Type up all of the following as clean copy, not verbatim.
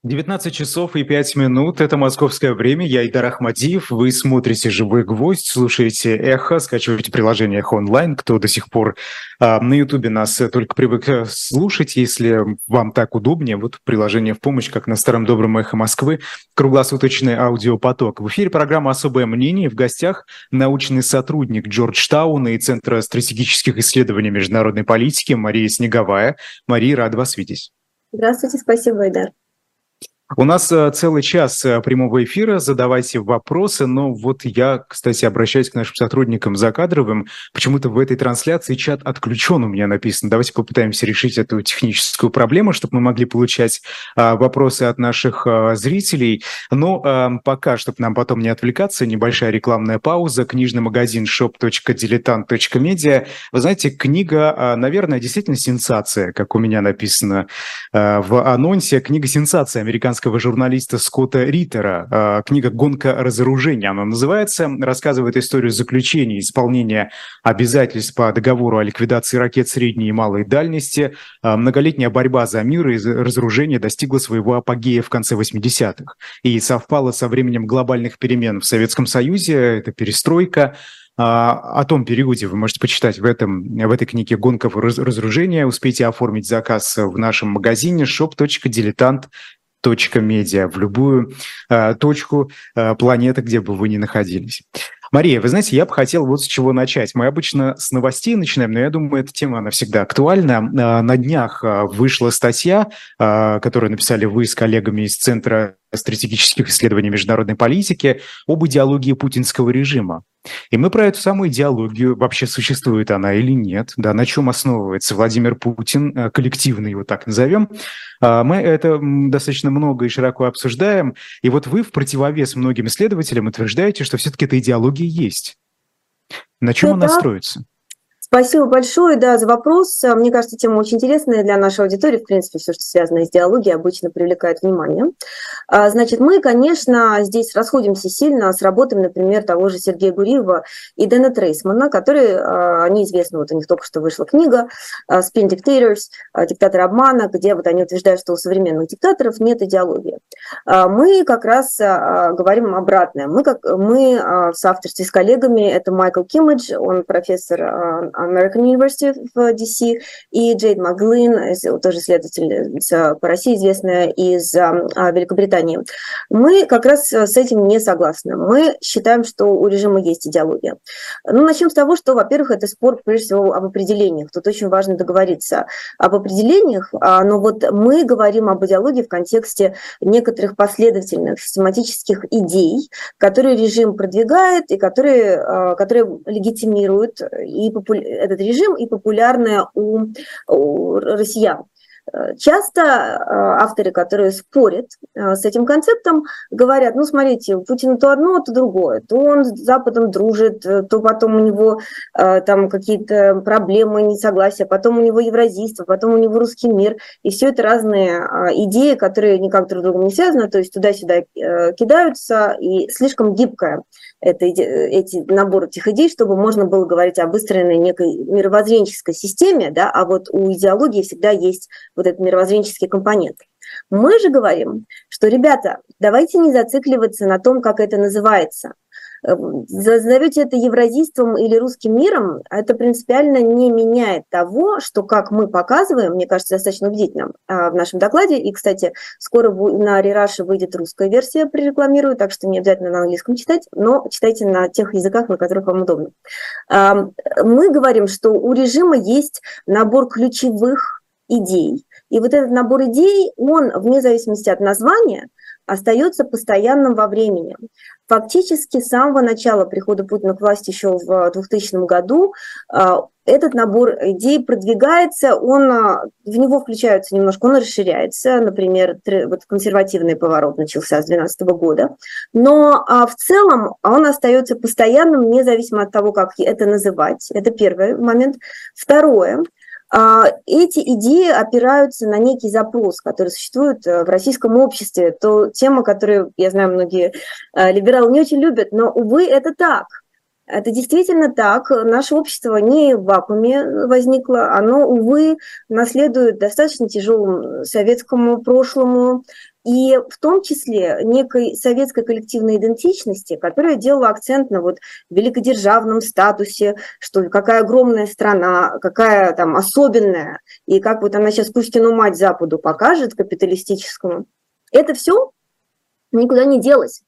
19 часов и 5 минут. Это московское время. Я Идар Ахмадиев. Вы смотрите «Живой гвоздь», слушаете «Эхо», скачиваете приложение «Эхо онлайн». Кто до сих пор на Ютубе нас только привык слушать, если вам так удобнее, вот приложение в помощь, как на старом добром «Эхо Москвы», круглосуточный аудиопоток. В эфире программа «Особое мнение». В гостях научный сотрудник Джорджтауна и Центра стратегических исследований международной политики Мария Снеговая. Мария, рад вас видеть. Здравствуйте, спасибо, Идар. У нас целый час прямого эфира, задавайте вопросы, но вот я, кстати, обращаюсь к нашим сотрудникам закадровым, почему-то в этой трансляции чат отключен, у меня написано. Давайте попытаемся решить эту техническую проблему, чтобы мы могли получать вопросы от наших зрителей. Но пока, чтобы нам потом не отвлекаться, небольшая рекламная пауза. Книжный магазин shop.diletant.media. Вы знаете, книга, наверное, действительно сенсация, как у меня написано в анонсе. Книга «Сенсация» американского журналиста Скотта Риттера. Книга «Гонка разоружения» она называется. Рассказывает историю заключения и исполнения обязательств по договору о ликвидации ракет средней и малой дальности. Многолетняя борьба за мир и разоружение достигла своего апогея в конце 80-х. И совпала со временем глобальных перемен в Советском Союзе. Это перестройка. О том периоде вы можете почитать в этой книге «Гонка разоружения». Успейте оформить заказ в нашем магазине shop.diletant.media в любую точку планеты, где бы вы ни находились. Мария, вы знаете, я бы хотел вот с чего начать. Мы обычно с новостей начинаем, но я думаю, эта тема, она всегда актуальна. На днях вышла статья, которую написали вы с коллегами из Центра стратегических исследований международной политики об идеологии путинского режима. И мы про эту самую идеологию, вообще существует она или нет, да, на чем основывается Владимир Путин, коллективно его так назовем, мы это достаточно много и широко обсуждаем. И вот вы в противовес многим исследователям утверждаете, что все-таки эта идеология есть. На чем она строится? Спасибо большое, да, за вопрос. Мне кажется, тема очень интересная для нашей аудитории. В принципе, все, что связано с идеологией, обычно привлекает внимание. Значит, мы, конечно, здесь расходимся сильно с работами, например, того же Сергея Гуриева и Дэна Трейсмана, которые, они известны, вот у них только что вышла книга «Spin Dictators», «Диктаторы обмана», где вот они утверждают, что у современных диктаторов нет идеологии. Мы как раз говорим обратное. Мы в соавторстве с коллегами, это Майкл Киммидж, он профессор American University в DC, и Джейд Маглин, тоже исследовательница по России, известная из Великобритании. Мы как раз с этим не согласны. Мы считаем, что у режима есть идеология. Ну, начнем с того, что, во-первых, это спор, прежде всего, об определениях. Тут очень важно договориться об определениях, но вот мы говорим об идеологии в контексте некоторых последовательных систематических идей, которые режим продвигает и которые легитимируют этот режим и популярны у россиян. Часто авторы, которые спорят с этим концептом, говорят, ну, смотрите, у Путина то одно, то другое, то он с Западом дружит, то потом у него там какие-то проблемы, несогласия, потом у него евразийство, потом у него русский мир, и все это разные идеи, которые никак друг с другом не связаны, то есть туда-сюда кидаются, и слишком гибкая набор этих идей, чтобы можно было говорить о выстроенной некой мировоззренческой системе, да, а вот у идеологии всегда есть вот этот мировоззренческий компонент. Мы же говорим, что, ребята, давайте не зацикливаться на том, как это называется. Назовете это евразийством или русским миром, это принципиально не меняет того, что, как мы показываем, мне кажется, достаточно убедительно в нашем докладе, и, кстати, скоро на Рераше выйдет русская версия, прорекламирую, так что не обязательно на английском читать, но читайте на тех языках, на которых вам удобно. Мы говорим, что у режима есть набор ключевых идей, и вот этот набор идей, он, вне зависимости от названия, остается постоянным во времени. Фактически с самого начала прихода Путина к власти еще в 2000 году этот набор идей продвигается, в него включаются немножко, он расширяется, например, вот консервативный поворот начался с 2012 года, но в целом он остается постоянным, независимо от того, как это называть. Это первый момент. Второе. Эти идеи опираются на некий запрос, который существует в российском обществе. То тема, которую, я знаю, многие либералы не очень любят, но, увы, это так. Это действительно так. Наше общество не в вакууме возникло. Оно, увы, наследует достаточно тяжелому советскому прошлому. и в том числе некой советской коллективной идентичности, которая делала акцент на вот великодержавном статусе, что какая огромная страна, какая там особенная, и как вот она сейчас Кузькину мать Западу покажет, капиталистическому. Это все никуда не делось.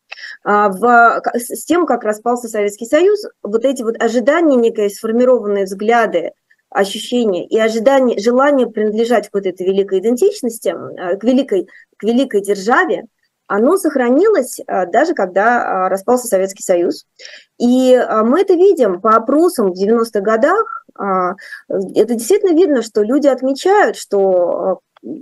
С тем, как распался Советский Союз, вот эти вот ожидания, некие сформированные взгляды, ощущения и ожидания, желание принадлежать к вот этой великой идентичности, к великой державе, оно сохранилось даже когда распался Советский Союз. И мы это видим по опросам в 90-х годах. Это действительно видно, что люди отмечают, что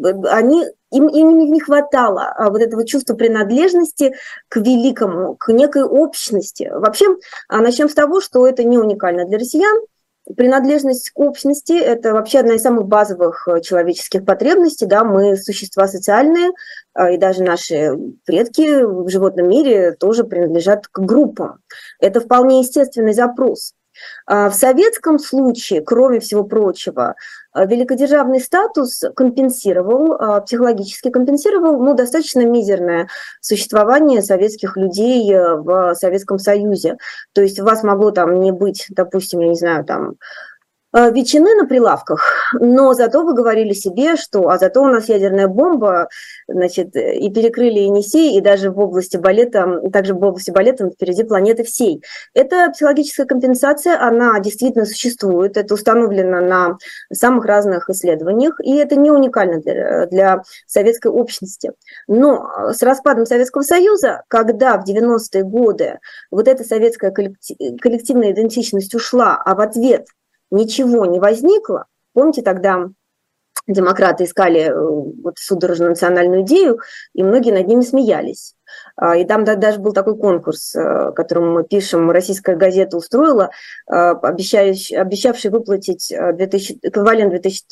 им не хватало вот этого чувства принадлежности к великому, к некой общности. Вообще, начнем с того, что это не уникально для россиян. Принадлежность к общности – это вообще одна из самых базовых человеческих потребностей. Да? Мы существа социальные, и даже наши предки в животном мире тоже принадлежат к группам. Это вполне естественный запрос. В советском случае, кроме всего прочего, великодержавный статус компенсировал, психологически компенсировал достаточно мизерное существование советских людей в Советском Союзе. То есть у вас могло там не быть, допустим, я не знаю, там ветчины на прилавках, но зато вы говорили себе, что зато у нас ядерная бомба, значит, и перекрыли Енисей, и даже в области балета, также в области балета впереди планеты всей. Это психологическая компенсация, она действительно существует, это установлено на самых разных исследованиях, и это не уникально для советской общности. Но с распадом Советского Союза, когда в 90-е годы вот эта советская коллективная идентичность ушла, а в ответ ничего не возникло. Помните, тогда демократы искали вот судорожную национальную идею, и многие над ними смеялись. И там даже был такой конкурс, которым мы пишем, российская газета устроила, обещавший выплатить эквивалент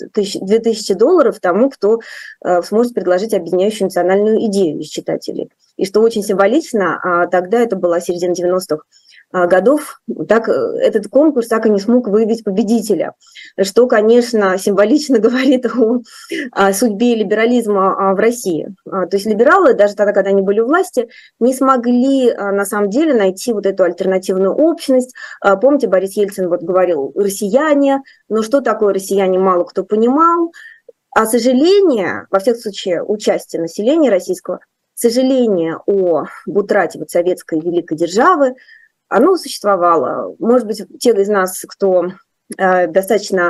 $2000 тому, кто сможет предложить объединяющую национальную идею из читателей. И что очень символично, тогда это была середина 90-х годов, так, этот конкурс так и не смог выявить победителя, что, конечно, символично говорит о судьбе либерализма в России. То есть либералы, даже тогда, когда они были у власти, не смогли на самом деле найти вот эту альтернативную общность. Помните, Борис Ельцин вот говорил «россияне», но что такое россияне, мало кто понимал. А сожаление, во всяком случае, участие населения российского, сожаление об утрате вот советской великой державы, оно существовало. Может быть, те из нас, кто достаточно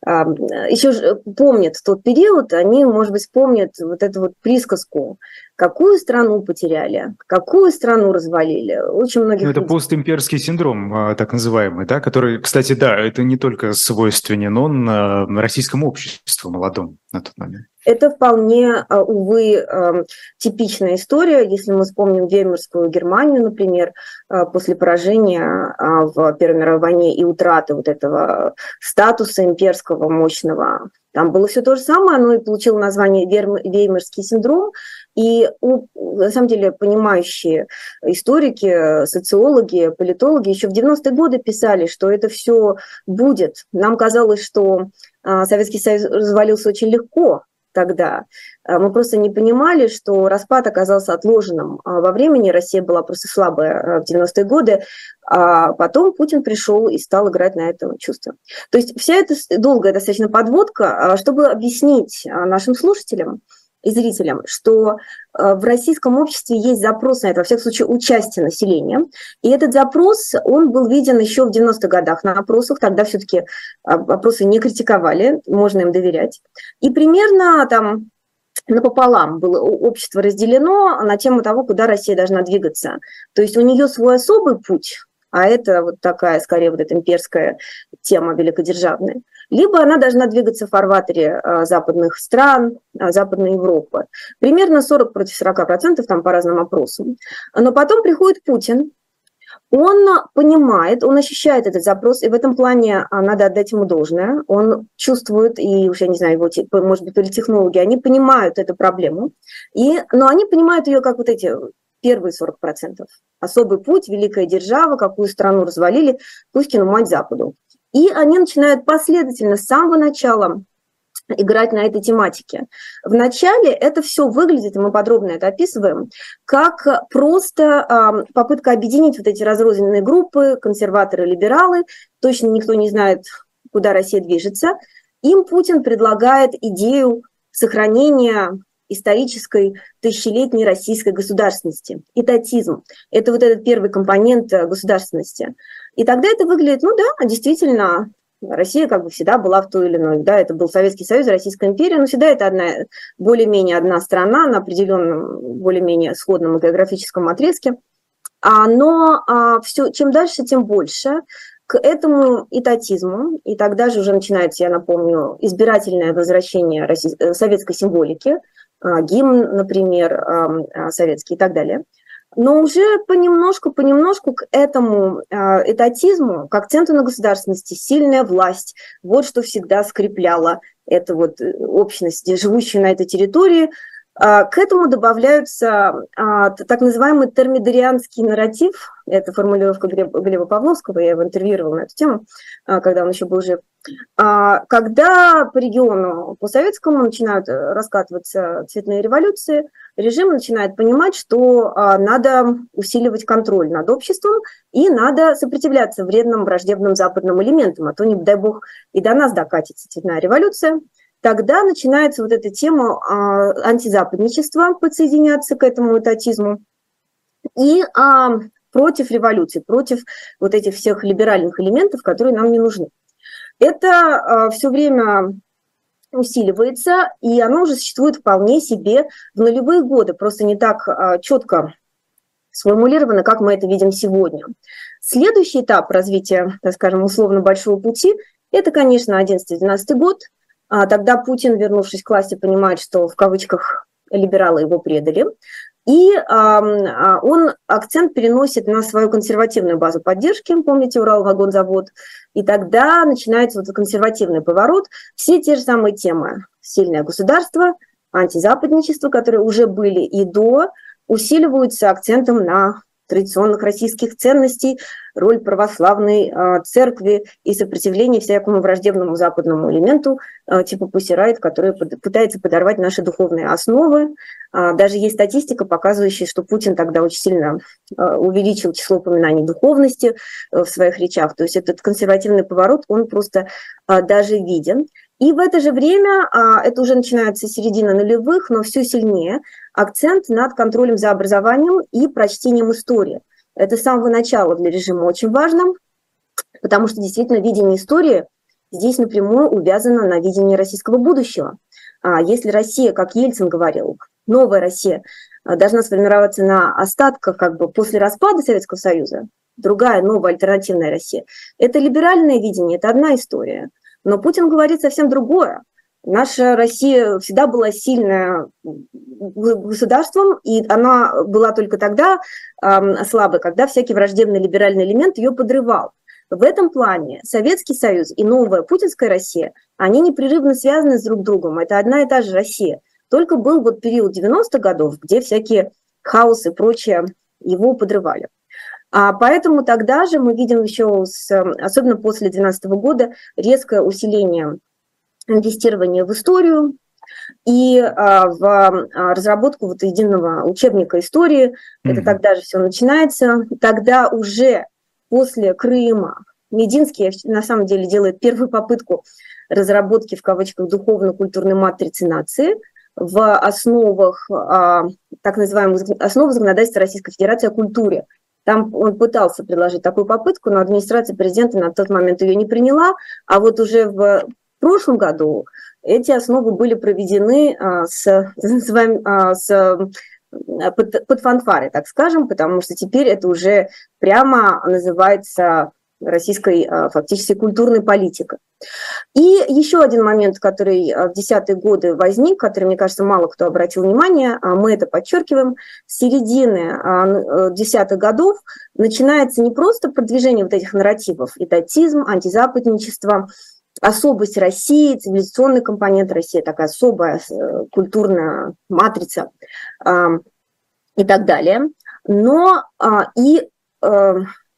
еще помнят тот период, они, может быть, помнят вот эту вот присказку, какую страну потеряли, какую страну развалили. Очень многих это постимперский синдром, так называемый, да, который, кстати, да, это не только свойственен он российскому обществу молодому на тот момент. Это вполне, увы, типичная история. Если мы вспомним Веймарскую Германию, например, после поражения в Первой мировой войне и утраты вот этого статуса имперского мощного, там было все то же самое, оно и получило название Веймарский синдром. И на самом деле понимающие историки, социологи, политологи еще в 90-е годы писали, что это все будет. Нам казалось, что Советский Союз развалился очень легко тогда. Мы просто не понимали, что распад оказался отложенным. Во времени Россия была просто слабая в 90-е годы, а потом Путин пришел и стал играть на этом чувстве. То есть вся эта долгая достаточно подводка, чтобы объяснить нашим слушателям и зрителям, что в российском обществе есть запрос на это, во всяком случае, участие населения. И этот запрос, он был виден еще в 90-х годах на опросах, тогда все-таки опросы не критиковали, можно им доверять. И примерно там напополам было общество разделено на тему того, куда Россия должна двигаться. То есть у нее свой особый путь, а это вот такая, скорее, вот эта имперская тема великодержавная, либо она должна двигаться в фарватере западных стран, Западной Европы. Примерно 40 против 40%, там по разным опросам. Но потом приходит Путин, он понимает, он ощущает этот запрос, и в этом плане надо отдать ему должное. Он чувствует, и уж я не знаю, его, может быть, политтехнологи, они понимают эту проблему, но они понимают ее как вот эти первые 40%. Особый путь, великая держава, какую страну развалили, Кузькину мать Западу. И они начинают последовательно с самого начала играть на этой тематике. Вначале это все выглядит, и мы подробно это описываем, как просто попытка объединить вот эти разрозненные группы, консерваторы, либералы, точно никто не знает, куда Россия движется. Им Путин предлагает идею сохранения исторической тысячелетней российской государственности, этатизм. Это вот этот первый компонент государственности. И тогда это выглядит, ну да, действительно, Россия как бы всегда была в той или иной, да, это был Советский Союз, Российская империя, но всегда это более-менее одна страна на определенном, более-менее сходном географическом отрезке. Но все, чем дальше, тем больше к этому этатизму, и тогда же уже начинается, я напомню, избирательное возвращение советской символики, гимн, например, советский и так далее. Но уже понемножку к этому этатизму, к акценту на государственности, сильная власть, вот что всегда скрепляло эту вот общность, живущую на этой территории. К этому добавляются так называемый термидорианский нарратив, это формулировка Глеба Павловского, я его интервьюировала на эту тему, когда он еще был жив. Когда по региону, по советскому начинают раскатываться цветные революции, режим начинает понимать, что надо усиливать контроль над обществом и надо сопротивляться вредным, враждебным западным элементам, а то, не дай бог, и до нас докатится цветная революция. Тогда начинается вот эта тема антизападничества, подсоединяться к этому этатизму, и против революции, против вот этих всех либеральных элементов, которые нам не нужны. Это все время усиливается, и оно уже существует вполне себе в нулевые годы, просто не так четко сформулировано, как мы это видим сегодня. Следующий этап развития, так скажем, условно большого пути, это, конечно, 11-12 год. Тогда Путин, вернувшись к власти, понимает, что в кавычках либералы его предали, и он акцент переносит на свою консервативную базу поддержки, помните, Уралвагонзавод, и тогда начинается вот консервативный поворот, все те же самые темы: сильное государство, антизападничество, которые уже были и до, усиливаются акцентом на традиционных российских ценностей, роль православной церкви и сопротивление всякому враждебному западному элементу, типа Pussy Riot, который пытается подорвать наши духовные основы. Даже есть статистика, показывающая, что Путин тогда очень сильно увеличил число упоминаний духовности в своих речах. То есть этот консервативный поворот, он просто даже виден. И в это же время, это уже начинается середина нулевых, но все сильнее, акцент над контролем за образованием и прочтением истории. Это с самого начала для режима очень важно, потому что действительно видение истории здесь напрямую увязано на видении российского будущего. Если Россия, как Ельцин говорил, новая Россия должна сформироваться на остатках как бы после распада Советского Союза, другая новая альтернативная Россия, это либеральное видение, это одна история. Но Путин говорит совсем другое. Наша Россия всегда была сильная государством, и она была только тогда слабой, когда всякий враждебный либеральный элемент ее подрывал. В этом плане Советский Союз и новая путинская Россия, они непрерывно связаны с друг другом. Это одна и та же Россия. Только был вот период 90-х годов, где всякие хаосы и прочее его подрывали. Поэтому тогда же мы видим еще, особенно после 2012 года, резкое усиление инвестирования в историю и в разработку вот единого учебника истории. Это тогда же все начинается. Тогда уже после Крыма Мединский, на самом деле, делает первую попытку разработки, в кавычках, духовно-культурной матрицы нации в основах, так называемых, основах законодательства Российской Федерации о культуре. Там он пытался предложить такую попытку, но администрация президента на тот момент ее не приняла, а вот уже в прошлом году эти основы были проведены под фанфары, так скажем, потому что теперь это уже прямо называется российской фактически культурной политикой. И еще один момент, который в десятые годы возник, который, мне кажется, мало кто обратил внимание, мы это подчеркиваем, с середины десятых годов начинается не просто продвижение вот этих нарративов, этатизм, антизападничество, особость России, цивилизационный компонент России, такая особая культурная матрица и так далее, но и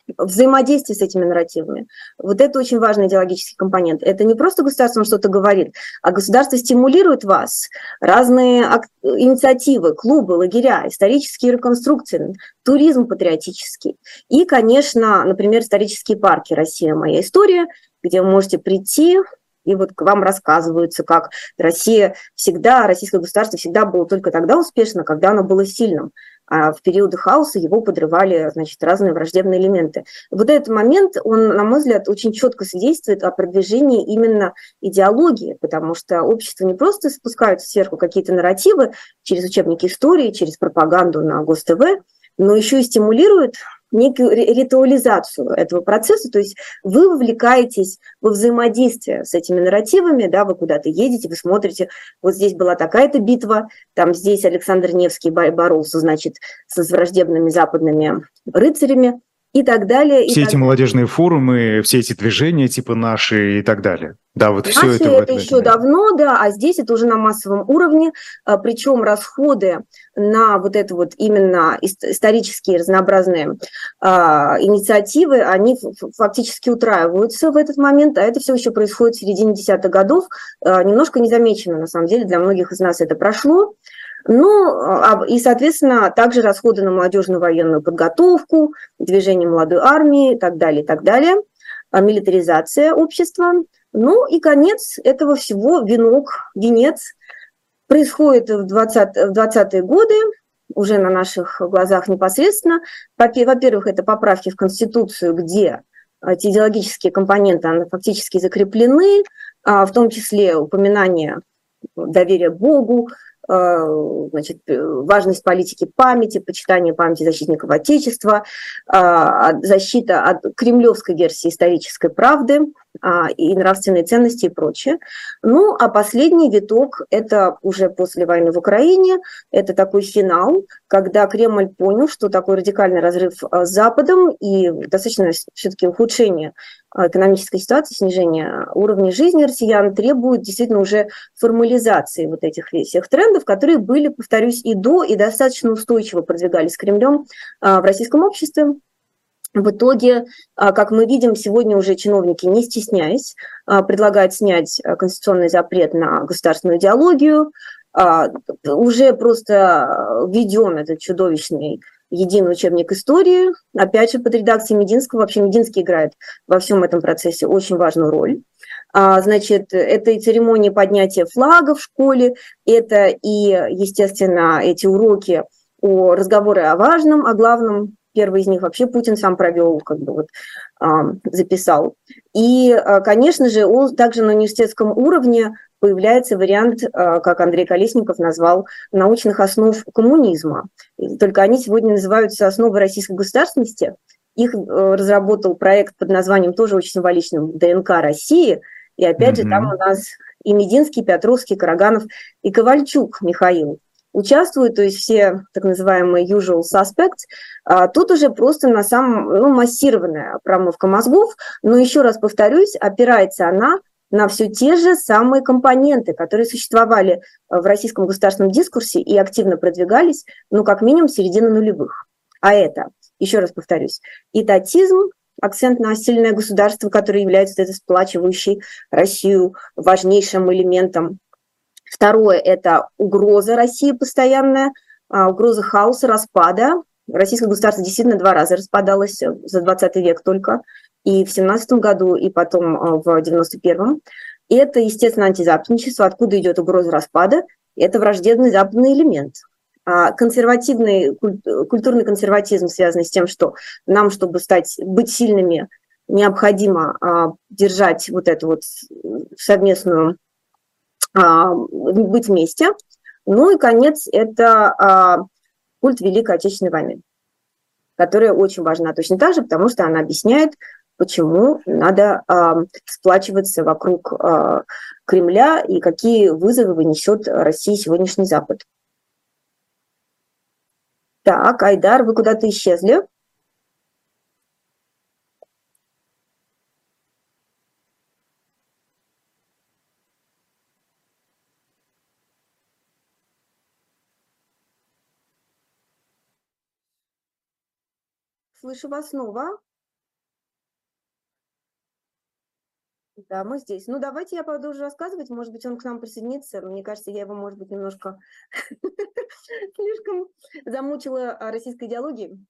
взаимодействие с этими нарративами. Вот это очень важный идеологический компонент. Это не просто государство что-то говорит, а государство стимулирует вас. Разные инициативы, клубы, лагеря, исторические реконструкции, туризм патриотический. И, конечно, например, исторические парки «Россия. Моя история», где вы можете прийти, и вот к вам рассказывается, как Россия всегда, российское государство всегда было только тогда успешно, когда оно было сильным. А в периоды хаоса его подрывали, значит, разные враждебные элементы. Вот этот момент, он, на мой взгляд, очень четко свидетельствует о продвижении именно идеологии, потому что общество не просто спускают сверху какие-то нарративы через учебники истории, через пропаганду на ГосТВ, но еще и стимулирует некую ритуализацию этого процесса, то есть вы вовлекаетесь во взаимодействие с этими нарративами, да, вы куда-то едете, вы смотрите, вот здесь была такая-то битва, там здесь Александр Невский боролся, значит, с враждебными западными рыцарями и так далее. Все эти молодежные форумы, все эти движения типа «Наши» и так далее. Да, вот все Наши это еще давно, да, а здесь это уже на массовом уровне, причем расходы на вот это вот именно исторические разнообразные инициативы, они фактически утраиваются в этот момент, а это все еще происходит в середине десятых годов, немножко незамечено, на самом деле, для многих из нас это прошло. Ну, и, соответственно, также расходы на молодежную военную подготовку, движение молодой армии и так далее, милитаризация общества. Ну и конец этого всего, венец, происходит в 20-е годы, уже на наших глазах непосредственно. Во-первых, это поправки в Конституцию, где эти идеологические компоненты они фактически закреплены, в том числе упоминание доверия Богу, значит, важность политики памяти, почитание памяти защитников Отечества, защита от кремлевской версии исторической правды и нравственные ценности и прочее. Ну, а последний виток – это уже после войны в Украине, это такой финал, когда Кремль понял, что такой радикальный разрыв с Западом и достаточно все-таки ухудшение экономической ситуации, снижение уровня жизни россиян требует действительно уже формализации вот этих всех трендов, которые были, повторюсь, и до, и достаточно устойчиво продвигались Кремлем в российском обществе. В итоге, как мы видим, сегодня уже чиновники, не стесняясь, предлагают снять конституционный запрет на государственную идеологию, уже просто введен этот чудовищный единый учебник истории, опять же, под редакцией Мединского. Вообще Мединский играет во всем этом процессе очень важную роль. Значит, это и церемонии поднятия флага в школе, это и, естественно, эти уроки, разговоры о важном, о главном. Первый из них вообще Путин сам провел, как бы вот записал. И, конечно же, также на университетском уровне появляется вариант, как Андрей Колесников назвал, научных основ коммунизма. Только они сегодня называются «Основы российской государственности». Их разработал проект под названием, тоже очень символичным, «ДНК России». И опять же, там у нас и Мединский, и Петровский, и Караганов, и Ковальчук Михаил участвуют, то есть все так называемые usual suspects. Тут уже просто на самом массированная промывка мозгов, но еще раз повторюсь, опирается она на все те же самые компоненты, которые существовали в российском государственном дискурсе и активно продвигались, как минимум с середины нулевых. А это, еще раз повторюсь, этатизм, акцент на сильное государство, которое является сплачивающей Россию важнейшим элементом. Второе – это угроза России постоянная, угроза хаоса, распада. Российское государство действительно 2 раза распадалось за 20 век только, и в 17 году, и потом в 91-м. И это, естественно, антизападничество. Откуда идет угроза распада? Это враждебный западный элемент. Консервативный, культурный консерватизм, связанный с тем, что нам, чтобы быть сильными, необходимо держать вот эту вот совместную, быть вместе. Ну и конец – это культ Великой Отечественной войны, которая очень важна точно так же, потому что она объясняет, почему надо сплачиваться вокруг Кремля и какие вызовы несет России сегодняшний Запад. Так, Айдар, вы куда-то исчезли. Слышу вас снова. Да, мы здесь. Ну, давайте я продолжу рассказывать. Может быть, он к нам присоединится. Мне кажется, я его, может быть, немножко слишком замучила российской идеологией.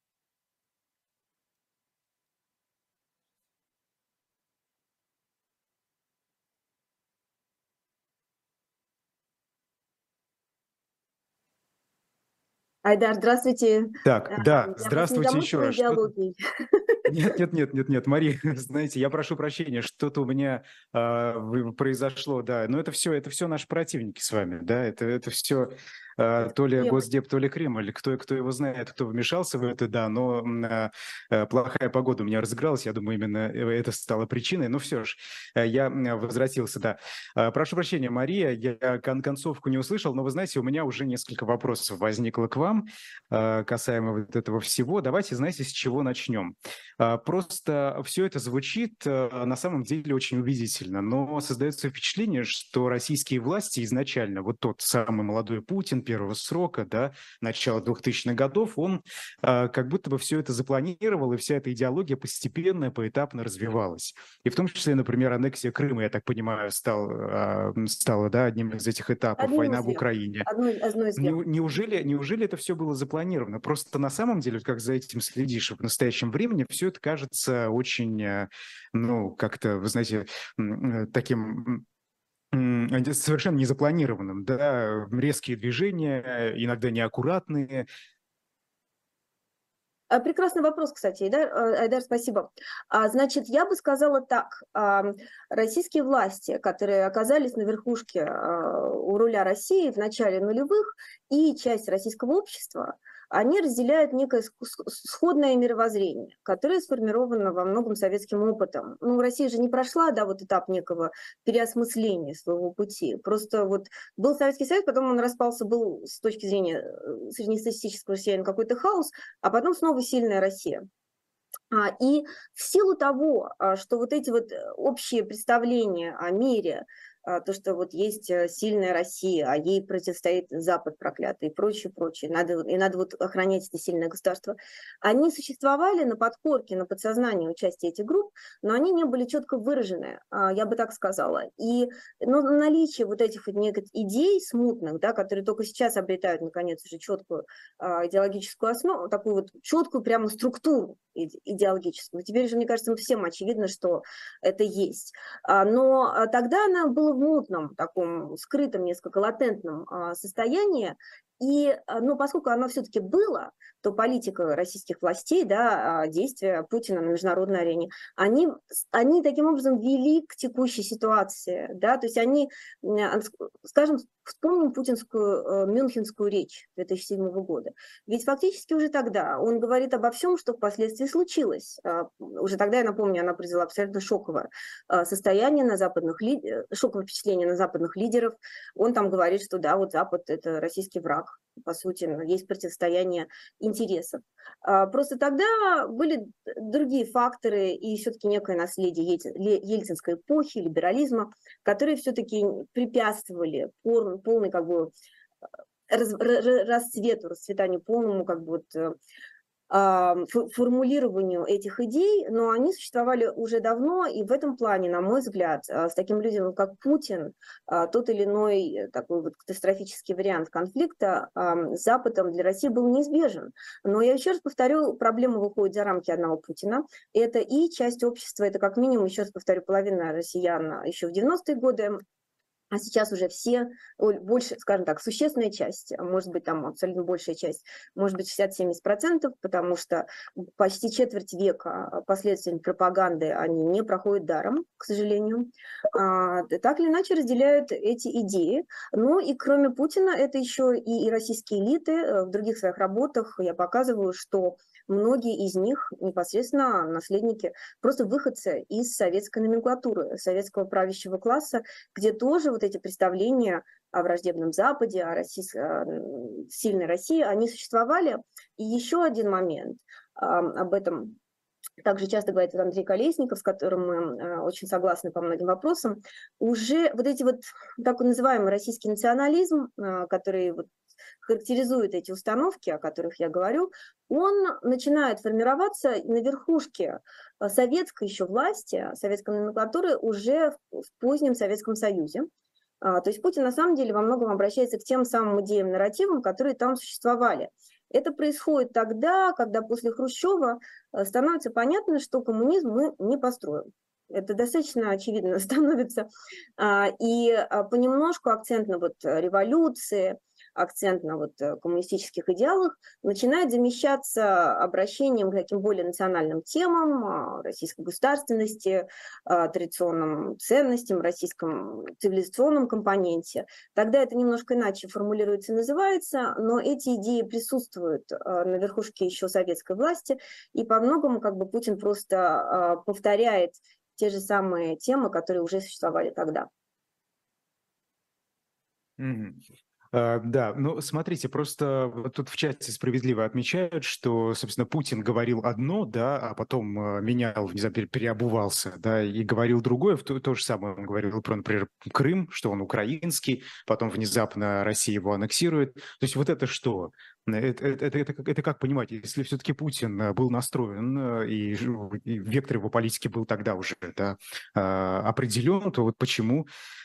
Айдар, здравствуйте. Так, да, Я вас не здравствуйте еще замучила раз. идеологией. Нет, Мария, знаете, я прошу прощения, что-то у меня произошло, да, но это все наши противники с вами, да, это все то ли Кремль. Госдеп, то ли Кремль, кто его знает, кто вмешался в это, да, но плохая погода у меня разыгралась, я думаю, именно это стало причиной, но все же, я возвратился, да. Прошу прощения, Мария, я концовку не услышал, но вы знаете, у меня уже несколько вопросов возникло к вам касаемо вот этого всего. Давайте, знаете, с чего начнем? Просто все это звучит на самом деле очень убедительно, но создается впечатление, что российские власти изначально, вот тот самый молодой Путин первого срока, да, начала 2000-х годов, он как будто бы все это запланировал, и вся эта идеология постепенно, поэтапно развивалась. И в том числе, например, аннексия Крыма, я так понимаю, стала, да, одним из этих этапов, Одним война из в вех. Украине. Одно из вех. Неужели это все было запланировано? Просто на самом деле, вот как за этим следишь в настоящем времени, все это кажется очень, ну, как-то, вы знаете, таким совершенно незапланированным, да, резкие движения, иногда неаккуратные. Прекрасный вопрос, кстати, Айдар, Айдар, спасибо. Значит, я бы сказала так. Российские власти, которые оказались на верхушке у руля России в начале нулевых, и часть российского общества, они разделяют некое сходное мировоззрение, которое сформировано во многом советским опытом. Ну, Россия же не прошла, да, вот этап некого переосмысления своего пути. Просто вот был Советский Союз, потом он распался, был с точки зрения среднестатистического россиянина какой-то хаос, а потом снова сильная Россия. И в силу того, что вот эти вот общие представления о мире, то, что вот есть сильная Россия, а ей противостоит Запад проклятый и прочее, прочее, надо вот охранять это сильное государство, они существовали на подкорке, на подсознании участия этих групп, но они не были четко выражены, я бы так сказала. И наличие вот этих вот неких идей смутных, да, которые только сейчас обретают, наконец, уже четкую идеологическую основу, такую вот четкую прямо структуру идеологическую. Теперь же, мне кажется, всем очевидно, что это есть. Но тогда она была в мутном, таком скрытом, несколько латентном состоянии, и, ну, поскольку оно все-таки было, то политика российских властей, да, действия Путина на международной арене, они таким образом вели к текущей ситуации, да, то есть они, скажем, вспомним путинскую мюнхенскую речь 2007 года. Ведь фактически уже тогда он говорит обо всем, что впоследствии случилось. Уже тогда, я напомню, она произвела абсолютно шоковое состояние на западных шоковое впечатление на западных лидеров. Он там говорит, что да, вот Запад – это российский враг, по сути, есть противостояние интересов. Просто тогда были другие факторы и все-таки некое наследие ельцинской эпохи, либерализма, которые все-таки препятствовали полной как бы расцветанию, полному как бы вот формулированию этих идей, но они существовали уже давно, и в этом плане, на мой взгляд, с таким людям, как Путин, тот или иной такой вот катастрофический вариант конфликта с Западом для России был неизбежен. Но я еще раз повторю, проблема выходит за рамки одного Путина. Это и часть общества, это как минимум, еще раз повторю, половина россиян еще в 90-е годы, а сейчас уже все, больше, скажем так, существенная часть, может быть, там абсолютно большая часть, может быть, 60-70%, потому что почти четверть века последствий пропаганды, они не проходят даром, к сожалению. Так или иначе разделяют эти идеи. Ну и кроме Путина, это еще и российские элиты. В других своих работах я показываю, что многие из них непосредственно наследники, просто выходцы из советской номенклатуры, советского правящего класса, где тоже вот эти представления о враждебном Западе, о сильной России, они существовали. И еще один момент, об этом также часто говорит Андрей Колесников, с которым мы очень согласны по многим вопросам, уже вот эти вот так называемый российский национализм, который вот характеризует эти установки, о которых я говорю, он начинает формироваться на верхушке советской еще власти, советской номенклатуры уже в позднем Советском Союзе. То есть Путин на самом деле во многом обращается к тем самым идеям, нарративам, которые там существовали. Это происходит тогда, когда после Хрущева становится понятно, что коммунизм мы не построим. Это достаточно очевидно становится. И понемножку акцент на вот революции, акцент на вот коммунистических идеалах начинает замещаться обращением к таким более национальным темам, российской государственности, традиционным ценностям, российском цивилизационном компоненте. Тогда это немножко иначе формулируется и называется, но эти идеи присутствуют на верхушке еще советской власти, и по многому как бы Путин просто повторяет те же самые темы, которые уже существовали тогда. Да, ну смотрите, просто вот тут в чате справедливо отмечают, что, собственно, Путин говорил одно, да, а потом менял, внезапно переобувался, да, и говорил другое. То же самое он говорил про, например, Крым, что он украинский, потом внезапно Россия его аннексирует. То есть вот это что? Это как понимать, если все-таки Путин был настроен, и вектор его политики был тогда уже, да, определен, то вот почему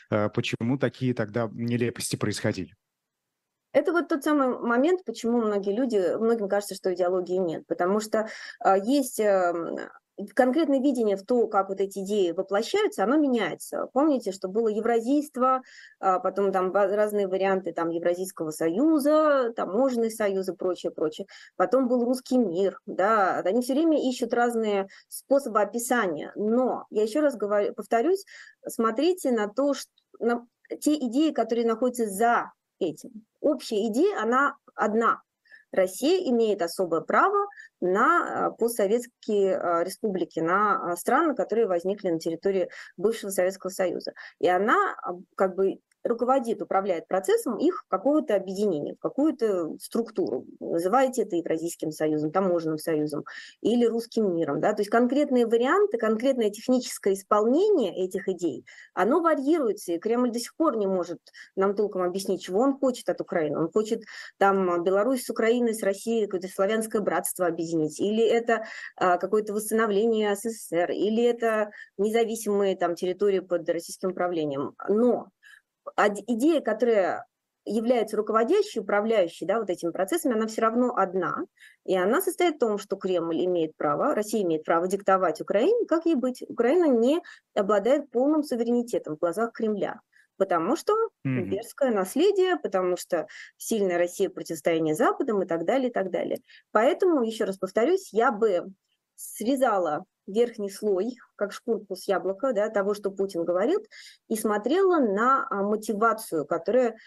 такие тогда нелепости происходили? Это вот тот самый момент, почему многим кажется, что идеологии нет, потому что есть конкретное видение в то, как вот эти идеи воплощаются, оно меняется. Помните, что было евразийство, потом там разные варианты там Евразийского союза, таможенный союз и прочее, прочее. Потом был русский мир, да, они все время ищут разные способы описания. Но, я еще раз повторюсь, смотрите на то, на те идеи, которые находятся за этим. Общая идея, она одна. Россия имеет особое право на постсоветские республики, на страны, которые возникли на территории бывшего Советского Союза. И она как бы руководит, управляет процессом их какого-то объединения, в какую-то структуру. Называйте это Евразийским союзом, таможенным союзом или русским миром. Да? То есть конкретные варианты, конкретное техническое исполнение этих идей, оно варьируется, и Кремль до сих пор не может нам толком объяснить, чего он хочет от Украины. Он хочет там Беларусь с Украиной, с Россией, какое-то славянское братство объединить, или это какое-то восстановление СССР, или это независимые там территории под российским управлением. Но идея, которая является руководящей, управляющей, да, вот этими процессами, она все равно одна. И она состоит в том, что Кремль имеет право, Россия имеет право диктовать Украине, как ей быть. Украина не обладает полным суверенитетом в глазах Кремля. Потому что имперское наследие, потому что сильная Россия, противостояние Западом и так далее, и так далее. Поэтому, еще раз повторюсь, я бы срезала верхний слой, как шкурку с яблока, да, того, что Путин говорит, и смотрела на мотивацию, которая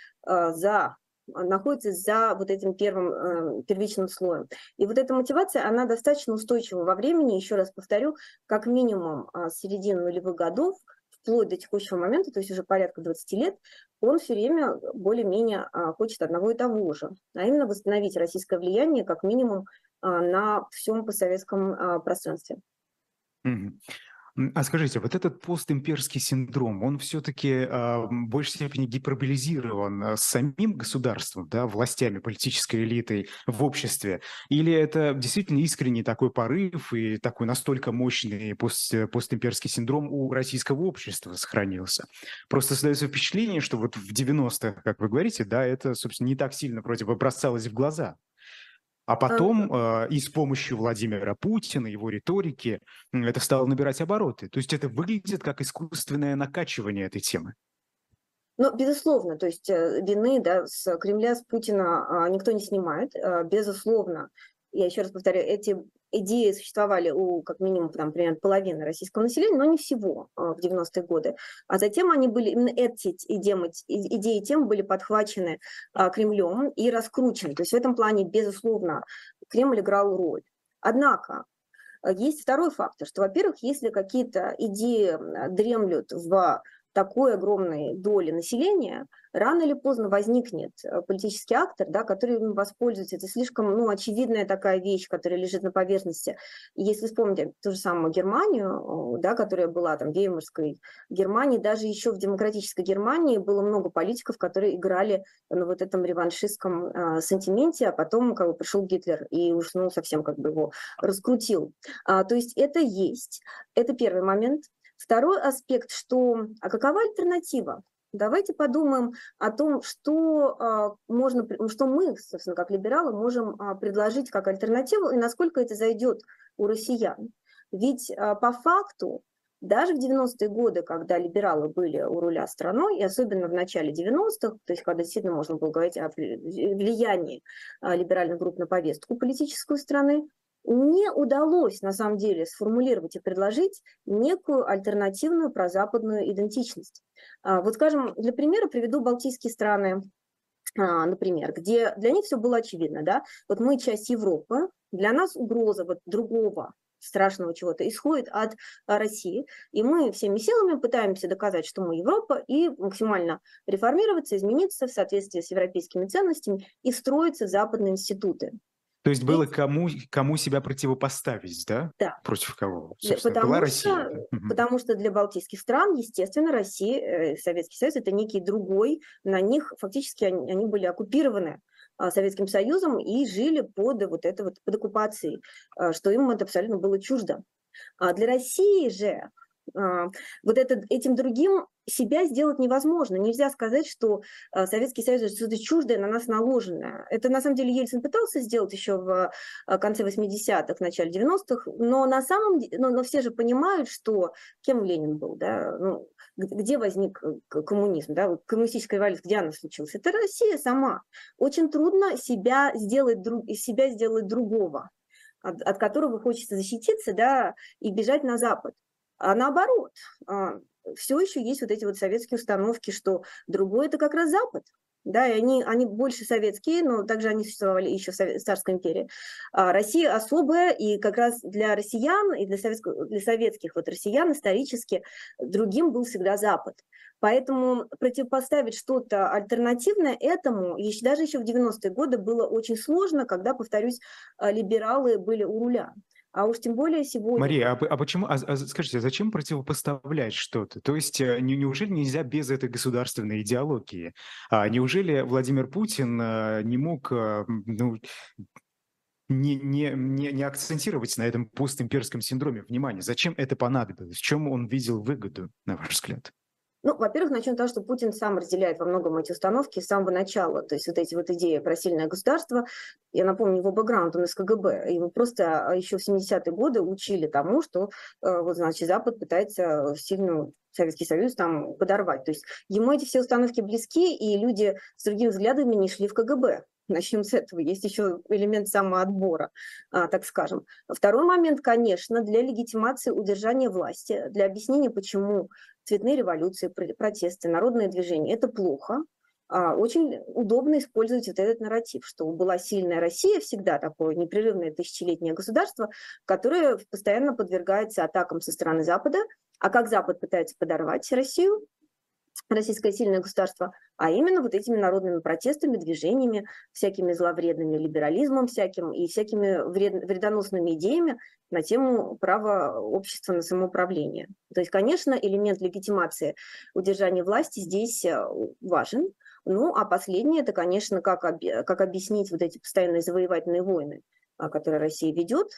находится за вот этим первичным слоем. И вот эта мотивация, она достаточно устойчива во времени, еще раз повторю, как минимум с середины нулевых годов, вплоть до текущего момента, то есть уже порядка 20 лет, он все время более-менее хочет одного и того же, а именно восстановить российское влияние как минимум на всем постсоветском пространстве. А скажите, вот этот постимперский синдром, он все-таки в большей степени гиперболизирован самим государством, да, властями, политической элитой в обществе? Или это действительно искренний такой порыв и такой настолько мощный постимперский синдром у российского общества сохранился? Просто создается впечатление, что вот в 90-х, как вы говорите, да, это, собственно, не так сильно вроде бы бросалось в глаза. А потом и с помощью Владимира Путина, его риторики, это стало набирать обороты. То есть это выглядит как искусственное накачивание этой темы. Ну, безусловно, то есть вины, да, с Кремля, с Путина никто не снимает. Безусловно, я еще раз повторяю, эти идеи существовали у, как минимум, там, примерно половины российского населения, но не всего в 90-е годы. А затем они были, именно эти идеи и темы были подхвачены Кремлем и раскручены. То есть в этом плане, безусловно, Кремль играл роль. Однако есть второй фактор, что, во-первых, если какие-то идеи дремлют в такой огромной доли населения, рано или поздно возникнет политический актор, да, который им воспользуется. Это слишком очевидная такая вещь, которая лежит на поверхности. И если вспомнить ту же самую Германию, да, которая была там Веймарской Германии, даже еще в демократической Германии было много политиков, которые играли на вот этом реваншистском сантименте, а потом как бы пришел Гитлер и уж совсем как бы его раскрутил. То есть это есть. Это первый момент. Второй аспект, а какова альтернатива? Давайте подумаем о том, что мы, собственно, как либералы, можем предложить как альтернативу и насколько это зайдет у россиян. Ведь по факту, даже в 90-е годы, когда либералы были у руля страной, и особенно в начале 90-х, то есть когда действительно можно было говорить о влиянии либеральных групп на повестку политическую страны, не удалось, на самом деле, сформулировать и предложить некую альтернативную прозападную идентичность. Вот, скажем, для примера приведу Балтийские страны, например, где для них все было очевидно. Да? Вот мы часть Европы, для нас угроза другого страшного чего-то исходит от России, и мы всеми силами пытаемся доказать, что мы Европа, и максимально реформироваться, измениться в соответствии с европейскими ценностями и строиться в западные институты. То есть было кому себя противопоставить, да? Да. Против кого? Собственно, была Россия. Потому что для балтийских стран, естественно, Россия, Советский Союз – это некий другой, на них фактически они были оккупированы Советским Союзом и жили под оккупацией, что им это абсолютно было чуждо. А для России же этим другим себя сделать невозможно. Нельзя сказать, что Советский Союз – это что-то чуждое, на нас наложенное. Это, на самом деле, Ельцин пытался сделать еще в конце 80-х, начале 90-х, но на самом деле, но все же понимают, что кем Ленин был, да? Где возник коммунизм, да? Коммунистическая революция, где она случилась? Это Россия сама. Очень трудно себя сделать другого, от которого хочется защититься, да, и бежать на Запад. А наоборот, все еще есть эти советские установки, что другой – это как раз Запад. Да, и они больше советские, но также они существовали еще в Царской империи. Россия особая, и как раз для россиян, и для советских россиян исторически другим был всегда Запад. Поэтому противопоставить что-то альтернативное этому, даже еще в 90-е годы, было очень сложно, когда, повторюсь, либералы были у руля. А уж тем более сегодня... Мария, почему, скажите, зачем противопоставлять что-то? То есть неужели нельзя без этой государственной идеологии? Неужели Владимир Путин не мог не акцентировать на этом постимперском синдроме внимания? Зачем это понадобилось? В чем он видел выгоду, на ваш взгляд? Во-первых, начнем с того, что Путин сам разделяет во многом эти установки с самого начала. То есть эти идеи про сильное государство, я напомню, его бэкграунд, он из КГБ. Его просто еще в 70-е годы учили тому, что Запад пытается сильную Советский Союз там подорвать. То есть ему эти все установки близки, и люди с другими взглядами не шли в КГБ. Начнем с этого. Есть еще элемент самоотбора, так скажем. Второй момент, конечно, для легитимации удержания власти, для объяснения, почему цветные революции, протесты, народные движения – это плохо. Очень удобно использовать этот нарратив, что была сильная Россия, всегда такое непрерывное тысячелетнее государство, которое постоянно подвергается атакам со стороны Запада. А как Запад пытается подорвать Россию, российское сильное государство, а именно этими народными протестами, движениями, всякими зловредными либерализмом всяким и всякими вредоносными идеями на тему права общества на самоуправление. То есть, конечно, элемент легитимации удержания власти здесь важен. А последнее – это, конечно, как объяснить эти постоянные завоевательные войны, которые Россия ведет.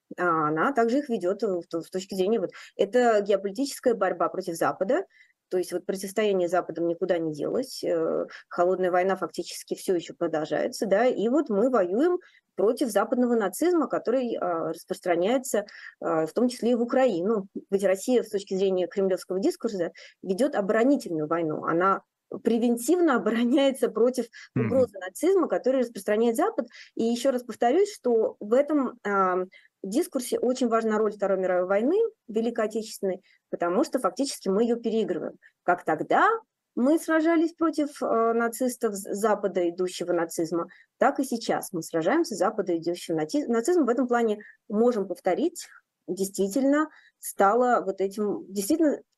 Она также их ведет с точки зрения… Это геополитическая борьба против Запада. То есть противостояние с Западом никуда не делось, холодная война фактически все еще продолжается, да, и мы воюем против западного нацизма, который распространяется в том числе и в Украину. Ведь Россия с точки зрения кремлевского дискурса ведет оборонительную войну, она превентивно обороняется против угрозы нацизма, который распространяет Запад. И еще раз повторюсь, что в этом дискурсе очень важна роль Второй мировой войны, Великой Отечественной, потому что фактически мы ее переигрываем. Как тогда мы сражались против нацистов Запада, идущего нацизма, так и сейчас мы сражаемся с Запада, идущего нацизма. В этом плане можем повторить, действительно стало этим, действительно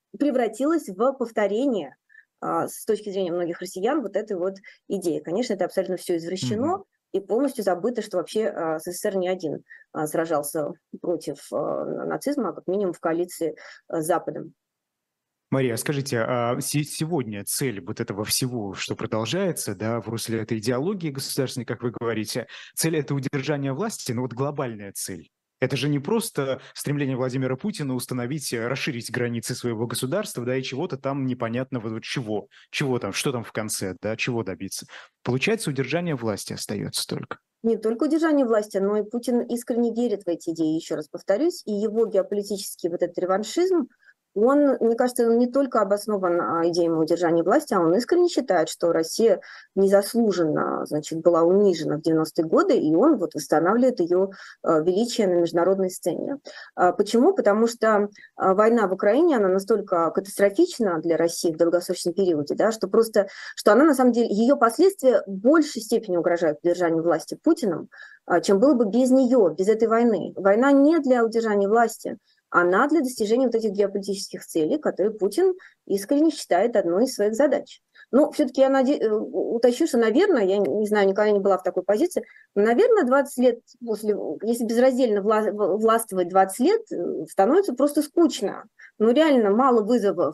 превратилось в повторение с точки зрения многих россиян вот этой вот идеи. Конечно, это абсолютно все извращено, и полностью забыто, что вообще СССР не один сражался против нацизма, а как минимум в коалиции с Западом. Мария, скажите, а сегодня цель вот этого всего, что продолжается, да, в русле этой идеологии государственной, как вы говорите, цель – это удержание власти, но вот глобальная цель. Это же не просто стремление Владимира Путина установить, расширить границы своего государства, да, и чего-то там непонятного, вот чего там, что там в конце, да, чего добиться. Получается, удержание власти остается только. Не только удержание власти, но и Путин искренне верит в эти идеи, еще раз повторюсь, и его геополитический вот этот реваншизм, он, мне кажется, он не только обоснован идеями удержания власти, а он искренне считает, что Россия незаслуженно, значит, была унижена в 90-е годы, и он вот восстанавливает ее величие на международной сцене. Почему? Потому что война в Украине, она настолько катастрофична для России в долгосрочном периоде, да, что просто, что она на самом деле, ее последствия в большей степени угрожают удержанию власти Путиным, чем было бы без нее, без этой войны. Война не для удержания власти, она для достижения вот этих геополитических целей, которые Путин искренне считает одной из своих задач. Ну, все-таки я уточню, что, наверное, я не знаю, никогда не была в такой позиции, но, наверное, 20 лет после, если безраздельно властвовать 20 лет, становится просто скучно. Ну, реально мало вызовов,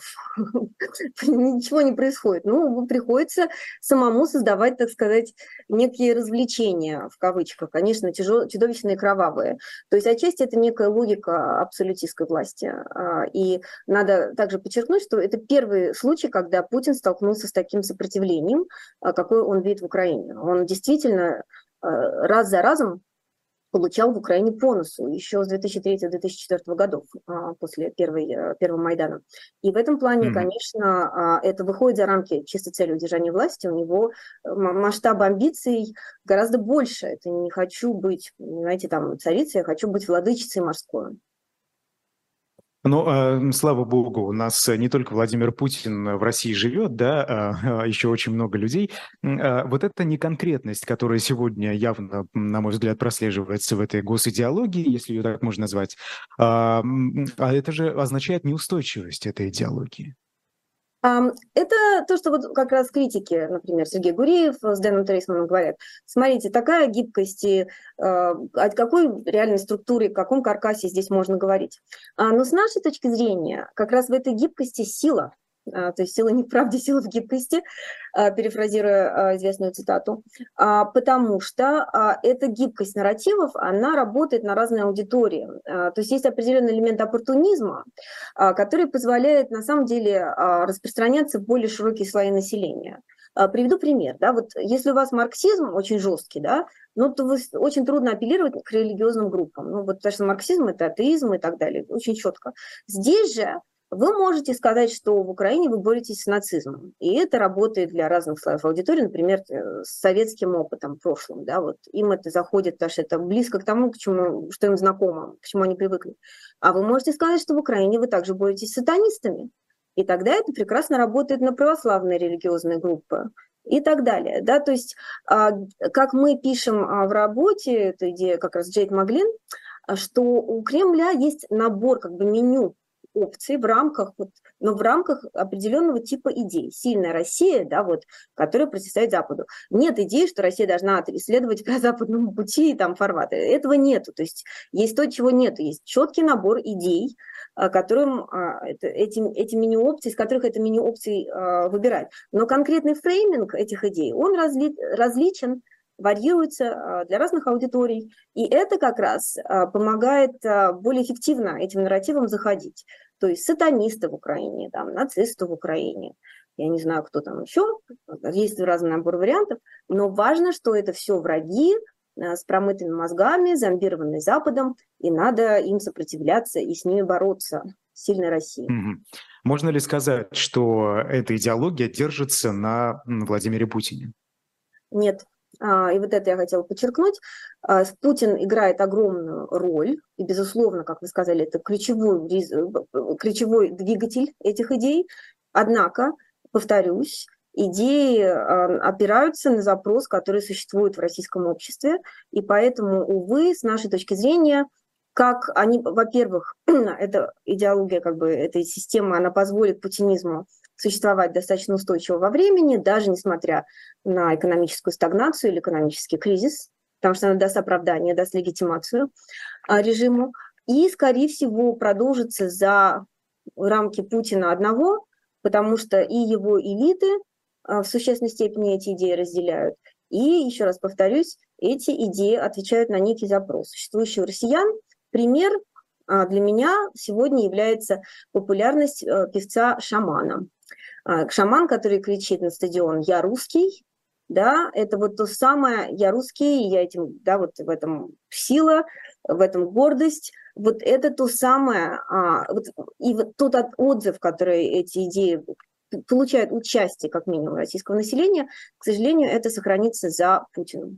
ничего не происходит. Ну, приходится самому создавать, так сказать, некие развлечения, в кавычках, конечно, чудовищные, кровавые. То есть отчасти это некая логика абсолютистской власти. И надо также подчеркнуть, что это первый случай, когда Путин столкнулся с таким сопротивлением, какое он видит в Украине. Он действительно раз за разом получал в Украине по носу еще с 2003-2004 годов, после первого Майдана. И в этом плане, конечно, это выходит за рамки чисто цели удержания власти. У него масштаб амбиций гораздо больше. Это не хочу быть, знаете, там, царицей, я хочу быть владычицей морской. Но, слава богу, у нас не только Владимир Путин в России живет, да, еще очень много людей. Вот эта неконкретность, которая сегодня явно, на мой взгляд, прослеживается в этой госидеологии, если ее так можно назвать, это же означает неустойчивость этой идеологии. Это то, что вот как раз критики, например, Сергей Гуриев с Дэном Трейсманом говорят, смотрите, такая гибкость, и о какой реальной структуре, о каком каркасе здесь можно говорить. Но с нашей точки зрения, как раз в этой гибкости сила, то есть сила не в правде, сила в гибкости, перефразируя известную цитату, потому что эта гибкость нарративов, она работает на разные аудитории. То есть есть определенный элемент оппортунизма, который позволяет на самом деле распространяться в более широкие слои населения. Приведу пример. Да, вот если у вас марксизм очень жесткий, да, ну, то очень трудно апеллировать к религиозным группам. Ну, вот, потому что марксизм – это атеизм и так далее, очень четко. Здесь же вы можете сказать, что в Украине вы боретесь с нацизмом, и это работает для разных слоев аудитории, например, с советским опытом в прошлом, да, вот им это заходит, потому что это близко к тому, к чему, что им знакомо, к чему они привыкли. А вы можете сказать, что в Украине вы также боретесь с сатанистами, и тогда это прекрасно работает на православные религиозные группы и так далее, да, то есть, как мы пишем в работе, это идея как раз Джейд Маглин, что у Кремля есть набор, как бы меню опций в рамках, вот, но в рамках определенного типа идей. Сильная Россия, да, вот, которая противостоит Западу. Нет идеи, что Россия должна исследовать по западному пути и там форматы. Этого нету. То есть есть то, чего нету. Есть четкий набор идей, которым эти меню-опции, из которых это меню-опций выбирать. Но конкретный фрейминг этих идей, он различен, варьируется для разных аудиторий. И это как раз помогает более эффективно этим нарративам заходить. То есть сатанисты в Украине, там, нацисты в Украине, я не знаю, кто там еще, есть разный набор вариантов, но важно, что это все враги с промытыми мозгами, зомбированные Западом, и надо им сопротивляться и с ними бороться. Сильной России. Можно ли сказать, что эта идеология держится на Владимире Путине? Нет. И вот это я хотела подчеркнуть. Путин играет огромную роль, и, безусловно, как вы сказали, это ключевой двигатель этих идей. Однако, повторюсь, идеи опираются на запрос, который существует в российском обществе, и поэтому, увы, с нашей точки зрения, как они, во-первых, эта идеология, как бы этой системы, она позволит путинизму существовать достаточно устойчиво во времени, даже несмотря на экономическую стагнацию или экономический кризис, потому что она даст оправдание, даст легитимацию режиму, и, скорее всего, продолжится за рамки Путина одного, потому что и его элиты в существенной степени эти идеи разделяют. И, еще раз повторюсь, эти идеи отвечают на некий запрос. Существующий у россиян пример для меня сегодня является популярность певца Шамана. Шаман, который кричит на стадион «Я русский», да, это вот то самое «я русский», я этим, да, вот в этом сила, в этом гордость, вот это то самое, и вот тот отзыв, который эти идеи получают участие, как минимум, российского населения, к сожалению, это сохранится за Путиным.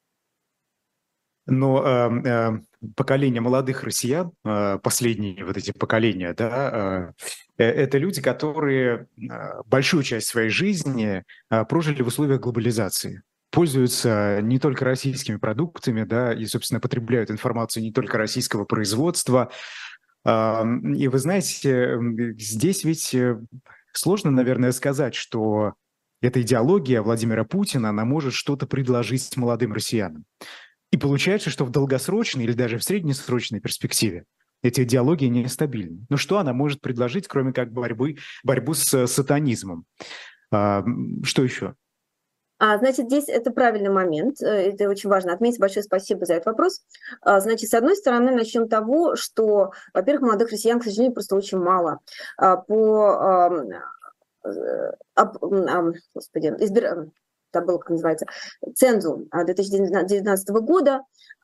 Но поколение молодых россиян, последние вот эти поколения, да, это люди, которые большую часть своей жизни прожили в условиях глобализации, пользуются не только российскими продуктами, да, и, собственно, потребляют информацию не только российского производства. И вы знаете, здесь ведь сложно, наверное, сказать, что эта идеология Владимира Путина, она может что-то предложить молодым россиянам. И получается, что в долгосрочной или даже в среднесрочной перспективе эти идеологии нестабильны. Но что она может предложить, кроме как борьбу с сатанизмом? Что еще? Значит, здесь это правильный момент, это очень важно отметить. Большое спасибо за этот вопрос. Значит, с одной стороны, начнем с того, что, во-первых, молодых россиян, к сожалению, просто очень мало. Забыла, как называется, цензу 2019 года,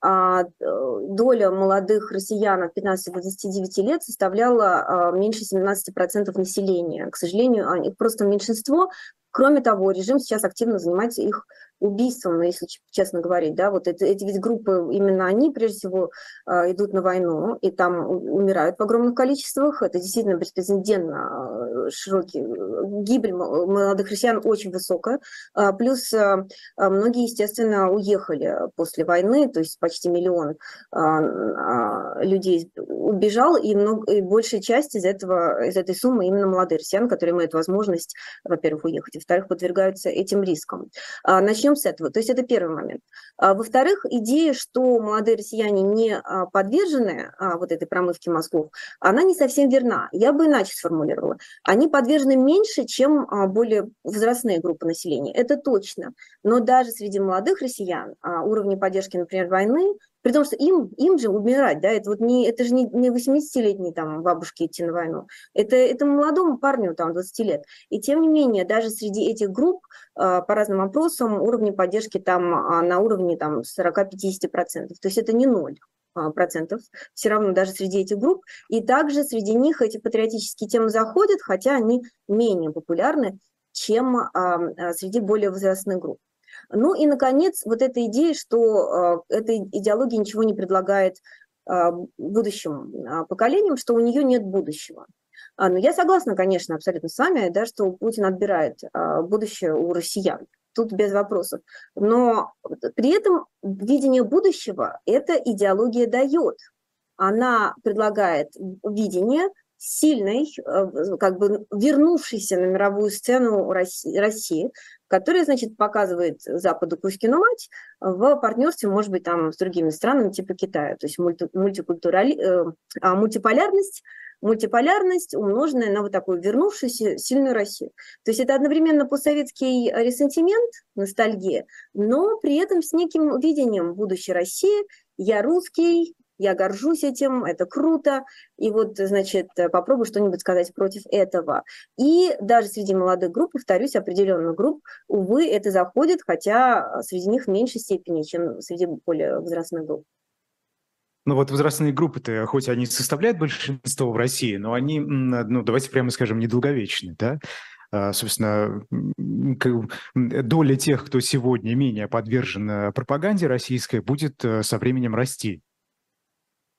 доля молодых россиян от 15 до 29 лет составляла меньше 17% населения. К сожалению, их просто меньшинство. Кроме того, режим сейчас активно занимается их убийством, но если честно говорить, да, вот эти ведь группы, именно они, прежде всего, идут на войну, и там умирают в огромных количествах. Это действительно беспрецедентно широкий. Гибель молодых россиян очень высокая. Плюс многие, естественно, уехали после войны, то есть почти 1 миллион людей убежал, и большая часть из этой суммы именно молодые россияне, которые имеют возможность, во-первых, уехать, во-вторых, подвергаются этим рискам. Начнем с этого. То есть это первый момент. Во-вторых, идея, что молодые россияне не подвержены вот этой промывке мозгов, она не совсем верна. Я бы иначе сформулировала. Они подвержены меньше, чем более возрастные группы населения. Это точно. Но даже среди молодых россиян уровни поддержки, например, войны, при том, что им же умирать, да, это же не 80-летней там бабушке идти на войну, это молодому парню там 20 лет. И тем не менее, даже среди этих групп по разным опросам уровни поддержки там на уровне там 40-50%. То есть это не 0%, все равно даже среди этих групп. И также среди них эти патриотические темы заходят, хотя они менее популярны, чем среди более возрастных групп. Ну и, наконец, вот эта идея, что эта идеология ничего не предлагает будущим поколениям, что у нее нет будущего. Но я согласна, конечно, абсолютно с вами, да, что Путин отбирает будущее у россиян. Тут без вопросов. Но при этом видение будущего эта идеология дает. Она предлагает видение сильной, как бы вернувшейся на мировую сцену России, которая, значит, показывает Западу Кузькину мать в партнерстве, может быть, там с другими странами типа Китая. То есть мультиполярность, умноженная на вот такую вернувшуюся сильную Россию. То есть это одновременно постсоветский ресентимент, ностальгия, но при этом с неким видением будущей России. Я русский, я горжусь этим, это круто, и вот, значит, попробую что-нибудь сказать против этого. И даже среди молодых групп, повторюсь, определенных групп, увы, это заходит, хотя среди них в меньшей степени, чем среди более возрастных групп. Ну вот возрастные группы-то, хоть они составляют большинство в России, но они, ну давайте прямо скажем, недолговечны, да? Собственно, доля тех, кто сегодня менее подвержен пропаганде российской, будет со временем расти.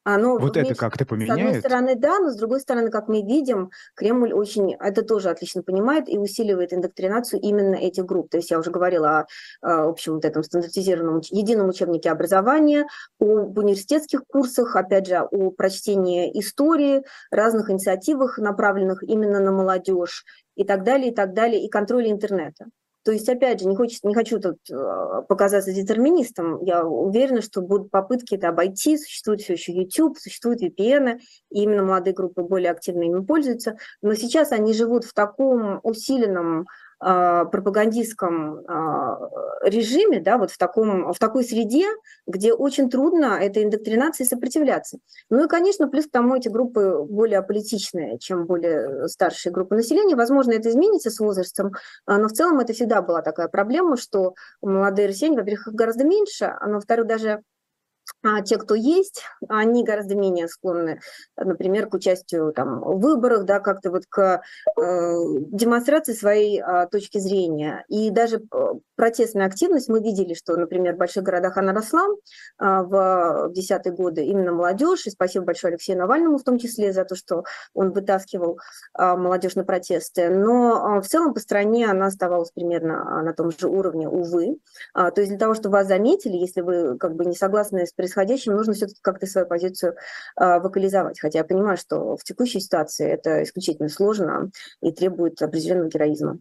Ну, Вот в это меньшей как-то степени, с одной поменяет? стороны, да, но с другой стороны, как мы видим, Кремль очень это тоже отлично понимает и усиливает индоктринацию именно этих групп. То есть я уже говорила о общем вот этом стандартизированном едином учебнике образования, об университетских курсах, опять же, о прочтении истории, разных инициативах, направленных именно на молодежь и так далее, и контроле интернета. То есть, опять же, не хочу тут показаться детерминистом. Я уверена, что будут попытки это обойти. Существует все еще YouTube, существуют VPN, и именно молодые группы более активно ими пользуются. Но сейчас они живут в таком усиленном пропагандистском режиме, да, вот в такой среде, где очень трудно этой индоктринации сопротивляться. Ну и, конечно, плюс к тому эти группы более аполитичные, чем более старшие группы населения. Возможно, это изменится с возрастом, но в целом это всегда была такая проблема, что молодые россияне, во-первых, их гораздо меньше, а во-вторых, даже те, кто есть, они гораздо менее склонны, например, к участию там, в выборах, да, как-то вот к демонстрации своей точки зрения. И даже протестная активность, мы видели, что, например, в больших городах она росла в десятые годы, именно молодежь, и спасибо большое Алексею Навальному в том числе за то, что он вытаскивал молодежь на протесты. Но в целом по стране она оставалась примерно на том же уровне, увы. То есть для того, чтобы вас заметили, если вы как бы не согласны с происходящим, нужно все-таки как-то свою позицию вокализовать. Хотя я понимаю, что в текущей ситуации это исключительно сложно и требует определенного героизма.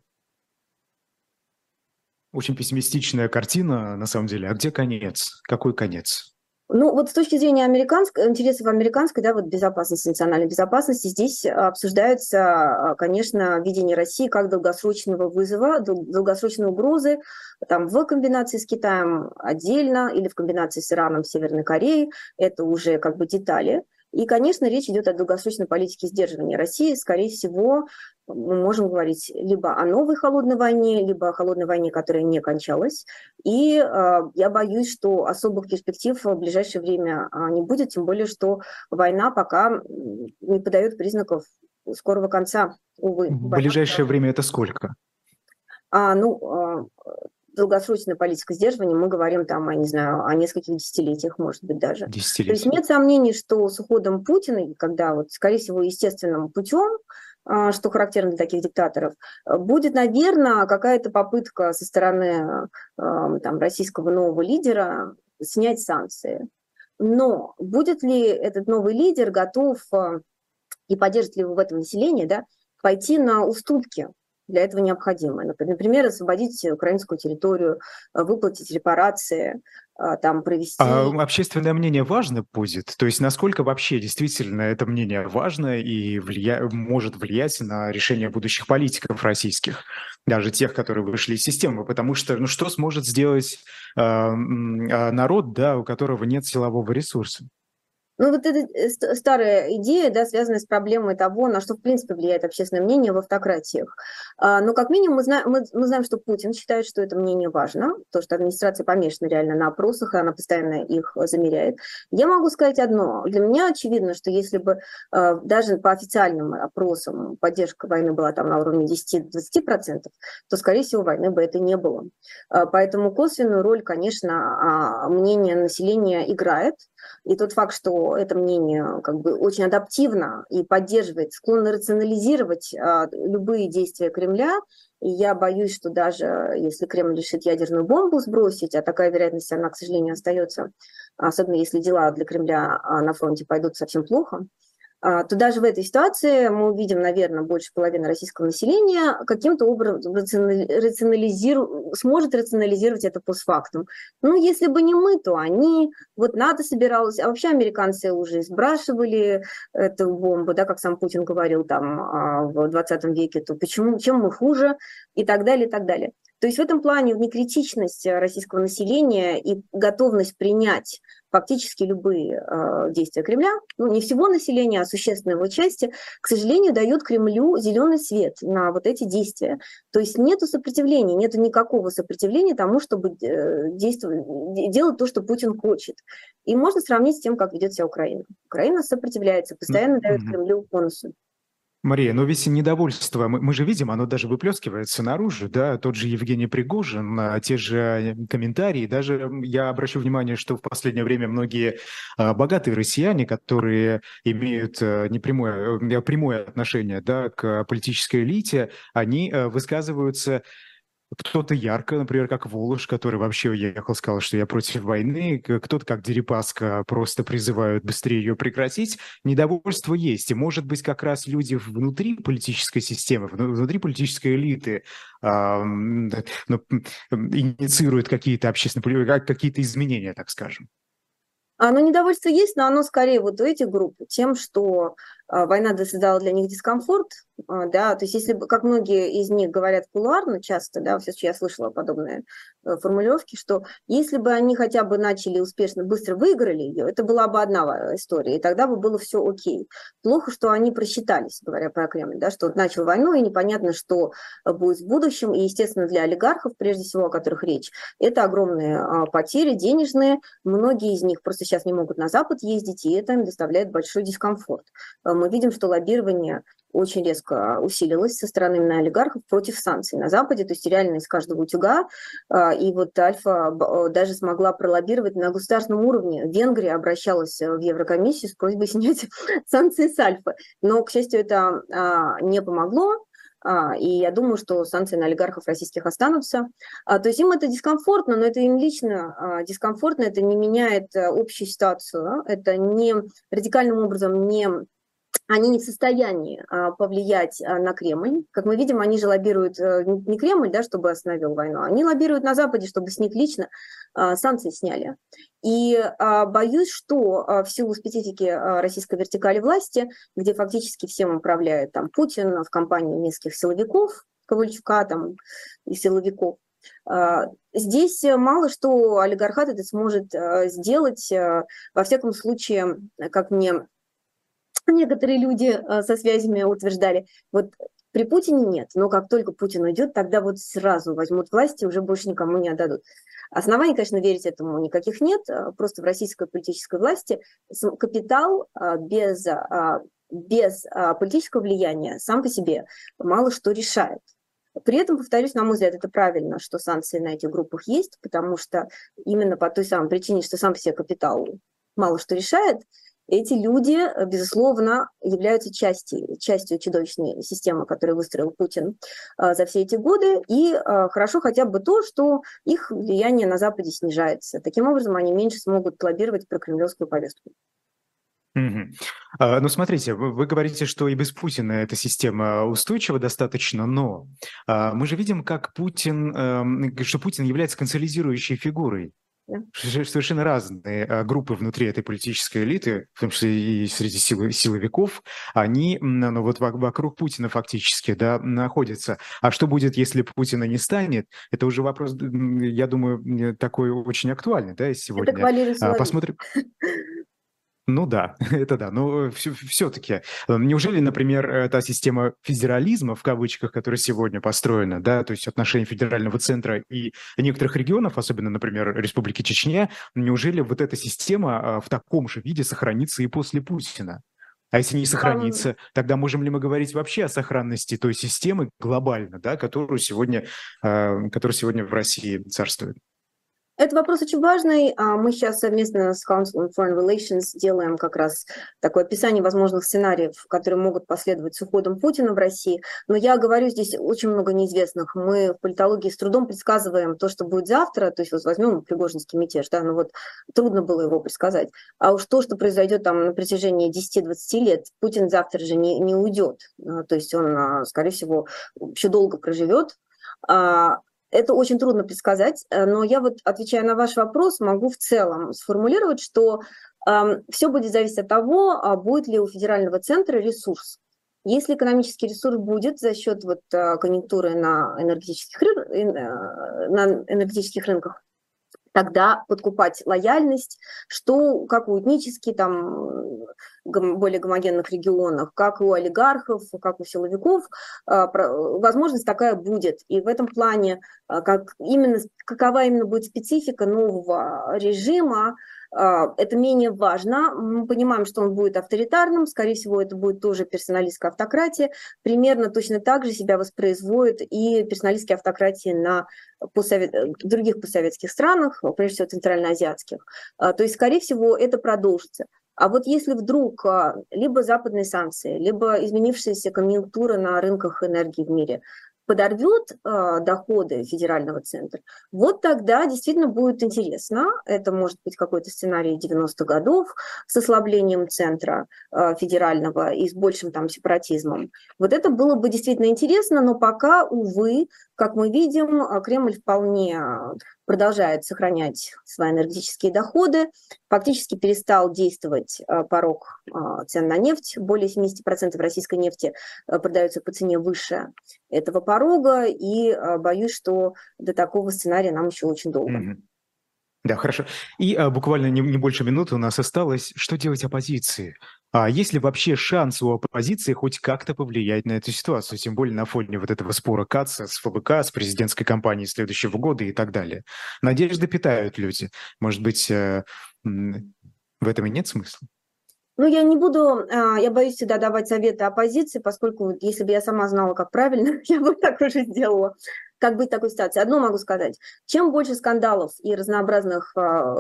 Очень пессимистичная картина, на самом деле. А где конец? Какой конец? Ну, вот с точки зрения интересов американской, да, вот безопасности, национальной безопасности, здесь обсуждается, конечно, видение России как долгосрочного вызова, долгосрочной угрозы, там, в комбинации с Китаем отдельно или в комбинации с Ираном, Северной Кореей, это уже как бы детали. И, конечно, речь идет о долгосрочной политике сдерживания России. Скорее всего, мы можем говорить либо о новой холодной войне, либо о холодной войне, которая не кончалась. И я боюсь, что особых перспектив в ближайшее время не будет, тем более, что война пока не подает признаков скорого конца, увы. В ближайшее время это сколько? Долгосрочная политика сдерживания, мы говорим там, я не знаю, о нескольких десятилетиях, может быть, даже. То есть Десятилетие. нет сомнений, что с уходом Путина, когда вот, скорее всего, естественным путем, что характерно для таких диктаторов, будет, наверное, какая-то попытка со стороны там, российского нового лидера снять санкции. Но будет ли этот новый лидер готов и поддержит ли его в этом население, да, пойти на уступки? Для этого необходимо. Например, освободить украинскую территорию, выплатить репарации, там, провести... А общественное мнение важно будет? То есть насколько вообще действительно это мнение важно и может влиять на решение будущих политиков российских, даже тех, которые вышли из системы? Потому что, ну, что сможет сделать народ, да, у которого нет силового ресурса? Ну, вот эта старая идея, да, связанная с проблемой того, на что, в принципе, влияет общественное мнение в автократиях. Но, как минимум, мы знаем, что Путин считает, что это мнение важно, то, что администрация помешана реально на опросах, и она постоянно их замеряет. Я могу сказать одно. Для меня очевидно, что если бы даже по официальным опросам поддержка войны была там на уровне 10-20%, то, скорее всего, войны бы это не было. Поэтому косвенную роль, конечно, мнение населения играет. И тот факт, что это мнение как бы очень адаптивно и поддерживает, склонно рационализировать любые действия Кремля, и я боюсь, что даже если Кремль решит ядерную бомбу сбросить, а такая вероятность, она, к сожалению, остается, особенно если дела для Кремля на фронте пойдут совсем плохо, то даже в этой ситуации мы увидим, наверное, больше половины российского населения каким-то образом сможет рационализировать это постфактум. Ну, если бы не мы, то они, вот НАТО собиралось, а вообще американцы уже сбрасывали эту бомбу, да, как сам Путин говорил там в 20 веке, то почему, чем мы хуже и так далее, и так далее. То есть в этом плане некритичность российского населения и готовность принять фактически любые действия Кремля, ну не всего населения, а существенной его части, к сожалению, дают Кремлю зеленый свет на вот эти действия. То есть нету сопротивления, нету никакого сопротивления тому, чтобы делать то, что Путин хочет. И можно сравнить с тем, как ведет себя Украина. Украина сопротивляется, постоянно дает Кремлю бонусы. Мария, но ведь недовольство, мы же видим, оно даже выплескивается наружу, да, тот же Евгений Пригожин, те же комментарии, даже я обращу внимание, что в последнее время многие богатые россияне, которые имеют прямое отношение, да, к политической элите, они высказываются. Кто-то ярко, например, как Волош, который вообще уехал, сказал, что я против войны. Кто-то, как Дерипаска, просто призывают быстрее ее прекратить. Недовольство есть. И, может быть, как раз люди внутри политической системы, внутри политической элиты ну, инициируют какие-то общественные, какие-то изменения, так скажем. Но недовольство есть, но оно скорее вот у этих групп тем, что война создала для них дискомфорт, да, то есть если бы, как многие из них говорят кулуарно часто, да, все-таки я слышала подобные формулировки, что если бы они хотя бы начали успешно, быстро выиграли ее, это была бы одна история, и тогда бы было все окей. Плохо, что они просчитались, говоря про Кремль, да, что вот начал войну, и непонятно, что будет в будущем, и, естественно, для олигархов, прежде всего, о которых речь, это огромные потери денежные, многие из них просто сейчас не могут на Запад ездить, и это им доставляет большой дискомфорт. Мы видим, что лоббирование очень резко усилилось со стороны именно олигархов против санкций на Западе, то есть реально из каждого утюга. И вот Альфа даже смогла пролоббировать на государственном уровне. Венгрия обращалась в Еврокомиссию с просьбой снять санкции с Альфа. Но, к счастью, это не помогло. И я думаю, что санкции на олигархов российских останутся. То есть им это дискомфортно, но это им лично дискомфортно, это не меняет общую ситуацию, это не радикальным образом не они не в состоянии повлиять на Кремль. Как мы видим, они же лоббируют не Кремль, да, чтобы остановил войну, они лоббируют на Западе, чтобы с них лично санкции сняли. И боюсь, что в силу специфики российской вертикали власти, где фактически всем управляет там Путин в компании нескольких силовиков, Ковальчука там и силовиков, здесь мало что олигархат это сможет сделать, во всяком случае, как мне некоторые люди со связями утверждали, вот при Путине нет, но как только Путин уйдет, тогда вот сразу возьмут власть и уже больше никому не отдадут. Оснований, конечно, верить этому никаких нет, просто в российской политической власти капитал без политического влияния сам по себе мало что решает. При этом, повторюсь, на мой взгляд, это правильно, что санкции на этих группах есть, потому что именно по той самой причине, что сам по себе капитал мало что решает, эти люди, безусловно, являются частью чудовищной системы, которую выстроил Путин за все эти годы. И хорошо хотя бы то, что их влияние на Западе снижается. Таким образом, они меньше смогут лоббировать прокремлевскую повестку. Мгм. Ну, смотрите, вы говорите, что и без Путина эта система устойчива достаточно, но мы же видим, как что Путин является консолидирующей фигурой. Да. Совершенно разные группы внутри этой политической элиты, в том числе и среди силовиков, они ну, вот вокруг Путина фактически, да, находятся. А что будет, если Путина не станет? Это уже вопрос, я думаю, такой очень актуальный, да, Это к сегодня. Валерию Соловьеву. Посмотрим. Ну да, это да. Но все-таки, неужели, например, та система федерализма, в кавычках, которая сегодня построена, да, то есть отношения федерального центра и некоторых регионов, особенно, например, Республики Чечня, неужели вот эта система в таком же виде сохранится и после Путина? А если не сохранится, тогда можем ли мы говорить вообще о сохранности той системы глобально, да, которая сегодня в России царствует? Это вопрос очень важный. Мы сейчас совместно с Council on Foreign Relations делаем как раз такое описание возможных сценариев, которые могут последовать с уходом Путина в России. Но я говорю, здесь очень много неизвестных. Мы в политологии с трудом предсказываем то, что будет завтра. То есть вот возьмем Пригожинский мятеж, да, ну вот трудно было его предсказать. А уж то, что произойдет там на протяжении 10-20 лет, Путин завтра же не уйдет. То есть он, скорее всего, еще долго проживет. Это очень трудно предсказать, но я вот, отвечая на ваш вопрос, могу в целом сформулировать, что все будет зависеть от того, будет ли у федерального центра ресурс. Если экономический ресурс будет за счет вот конъюнктуры на энергетических рынках, тогда подкупать лояльность, что как у этнически там более гомогенных регионах, как у олигархов, как у силовиков, возможность такая будет. И в этом плане какова именно будет специфика нового режима, Это менее важно. Мы понимаем, что он будет авторитарным, скорее всего, это будет тоже персоналистская автократия. Примерно точно так же себя воспроизводит и персоналистские автократии на других постсоветских странах, прежде всего центральноазиатских. То есть, скорее всего, это продолжится. А вот если вдруг либо западные санкции, либо изменившаяся конъюнктура на рынках энергии в мире подорвет доходы федерального центра, вот тогда действительно будет интересно. Это может быть какой-то сценарий 90-х годов с ослаблением центра федерального и с большим там сепаратизмом. Вот это было бы действительно интересно, но пока, увы, как мы видим, Кремль вполне продолжает сохранять свои энергетические доходы, фактически перестал действовать порог цен на нефть. Более 70% российской нефти продается по цене выше этого порога, и боюсь, что до такого сценария нам еще очень долго. Да, хорошо. И буквально не больше минуты у нас осталось. Что делать оппозиции? Есть ли вообще шанс у оппозиции хоть как-то повлиять на эту ситуацию, тем более на фоне вот этого спора Каца с ФБК, с президентской кампанией следующего года и так далее? Надежды питают люди. Может быть, в этом и нет смысла? Ну, я не буду, я боюсь всегда давать советы оппозиции, поскольку если бы я сама знала, как правильно, я бы так уже сделала. Как быть в такой ситуации? Одно могу сказать. Чем больше скандалов и разнообразных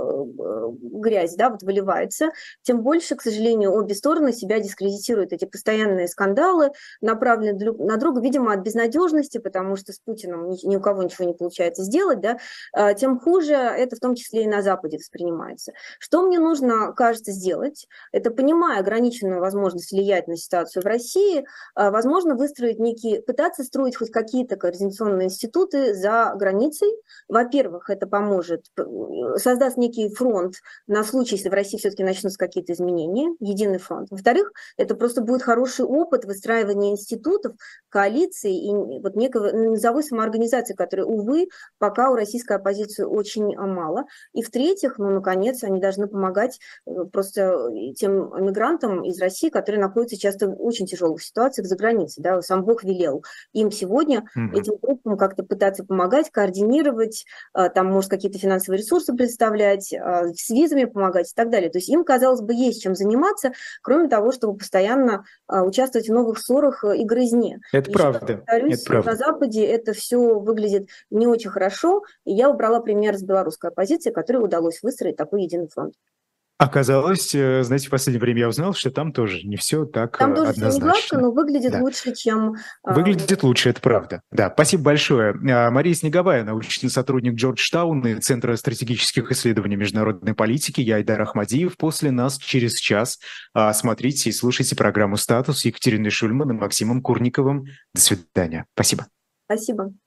грязи, да, вот выливается, тем больше, к сожалению, обе стороны себя дискредитируют. Эти постоянные скандалы направлены друг на друга, видимо, от безнадежности, потому что с Путиным ни у кого ничего не получается сделать, да, тем хуже это в том числе и на Западе воспринимается. Что мне нужно, кажется, сделать? Это, понимая ограниченную возможность влиять на ситуацию в России, возможно, выстроить пытаться строить хоть какие-то координационные институты за границей. Во-первых, это поможет, создаст некий фронт на случай, если в России все-таки начнутся какие-то изменения, единый фронт. Во-вторых, это просто будет хороший опыт выстраивания институтов, коалиций и вот некого низовой самоорганизации, которой, увы, пока у российской оппозиции очень мало. И в-третьих, ну, наконец, они должны помогать просто тем мигрантам из России, которые находятся часто в очень тяжелых ситуациях за границей. Да, сам Бог велел им сегодня этим группам как-то пытаться помогать, координировать, там, может, какие-то финансовые ресурсы представлять, с визами помогать и так далее. То есть им, казалось бы, есть чем заниматься, кроме того, чтобы постоянно участвовать в новых ссорах и грызне. Это правда. Повторюсь, на Западе это все выглядит не очень хорошо, и я убрала пример с белорусской оппозицией, которой удалось выстроить такой единый фронт. Оказалось, знаете, в последнее время я узнал, что там тоже не все так там тоже однозначно. Все не гладко, но выглядит лучше, чем... Выглядит лучше, это правда. Да, спасибо большое. Мария Снеговая, научный сотрудник Джорджтауна и Центра стратегических исследований международной политики. Я Айдар Ахмадиев. После нас через час смотрите и слушайте программу «Статус» с Екатериной Шульман и Максимом Курниковым. До свидания. Спасибо. Спасибо.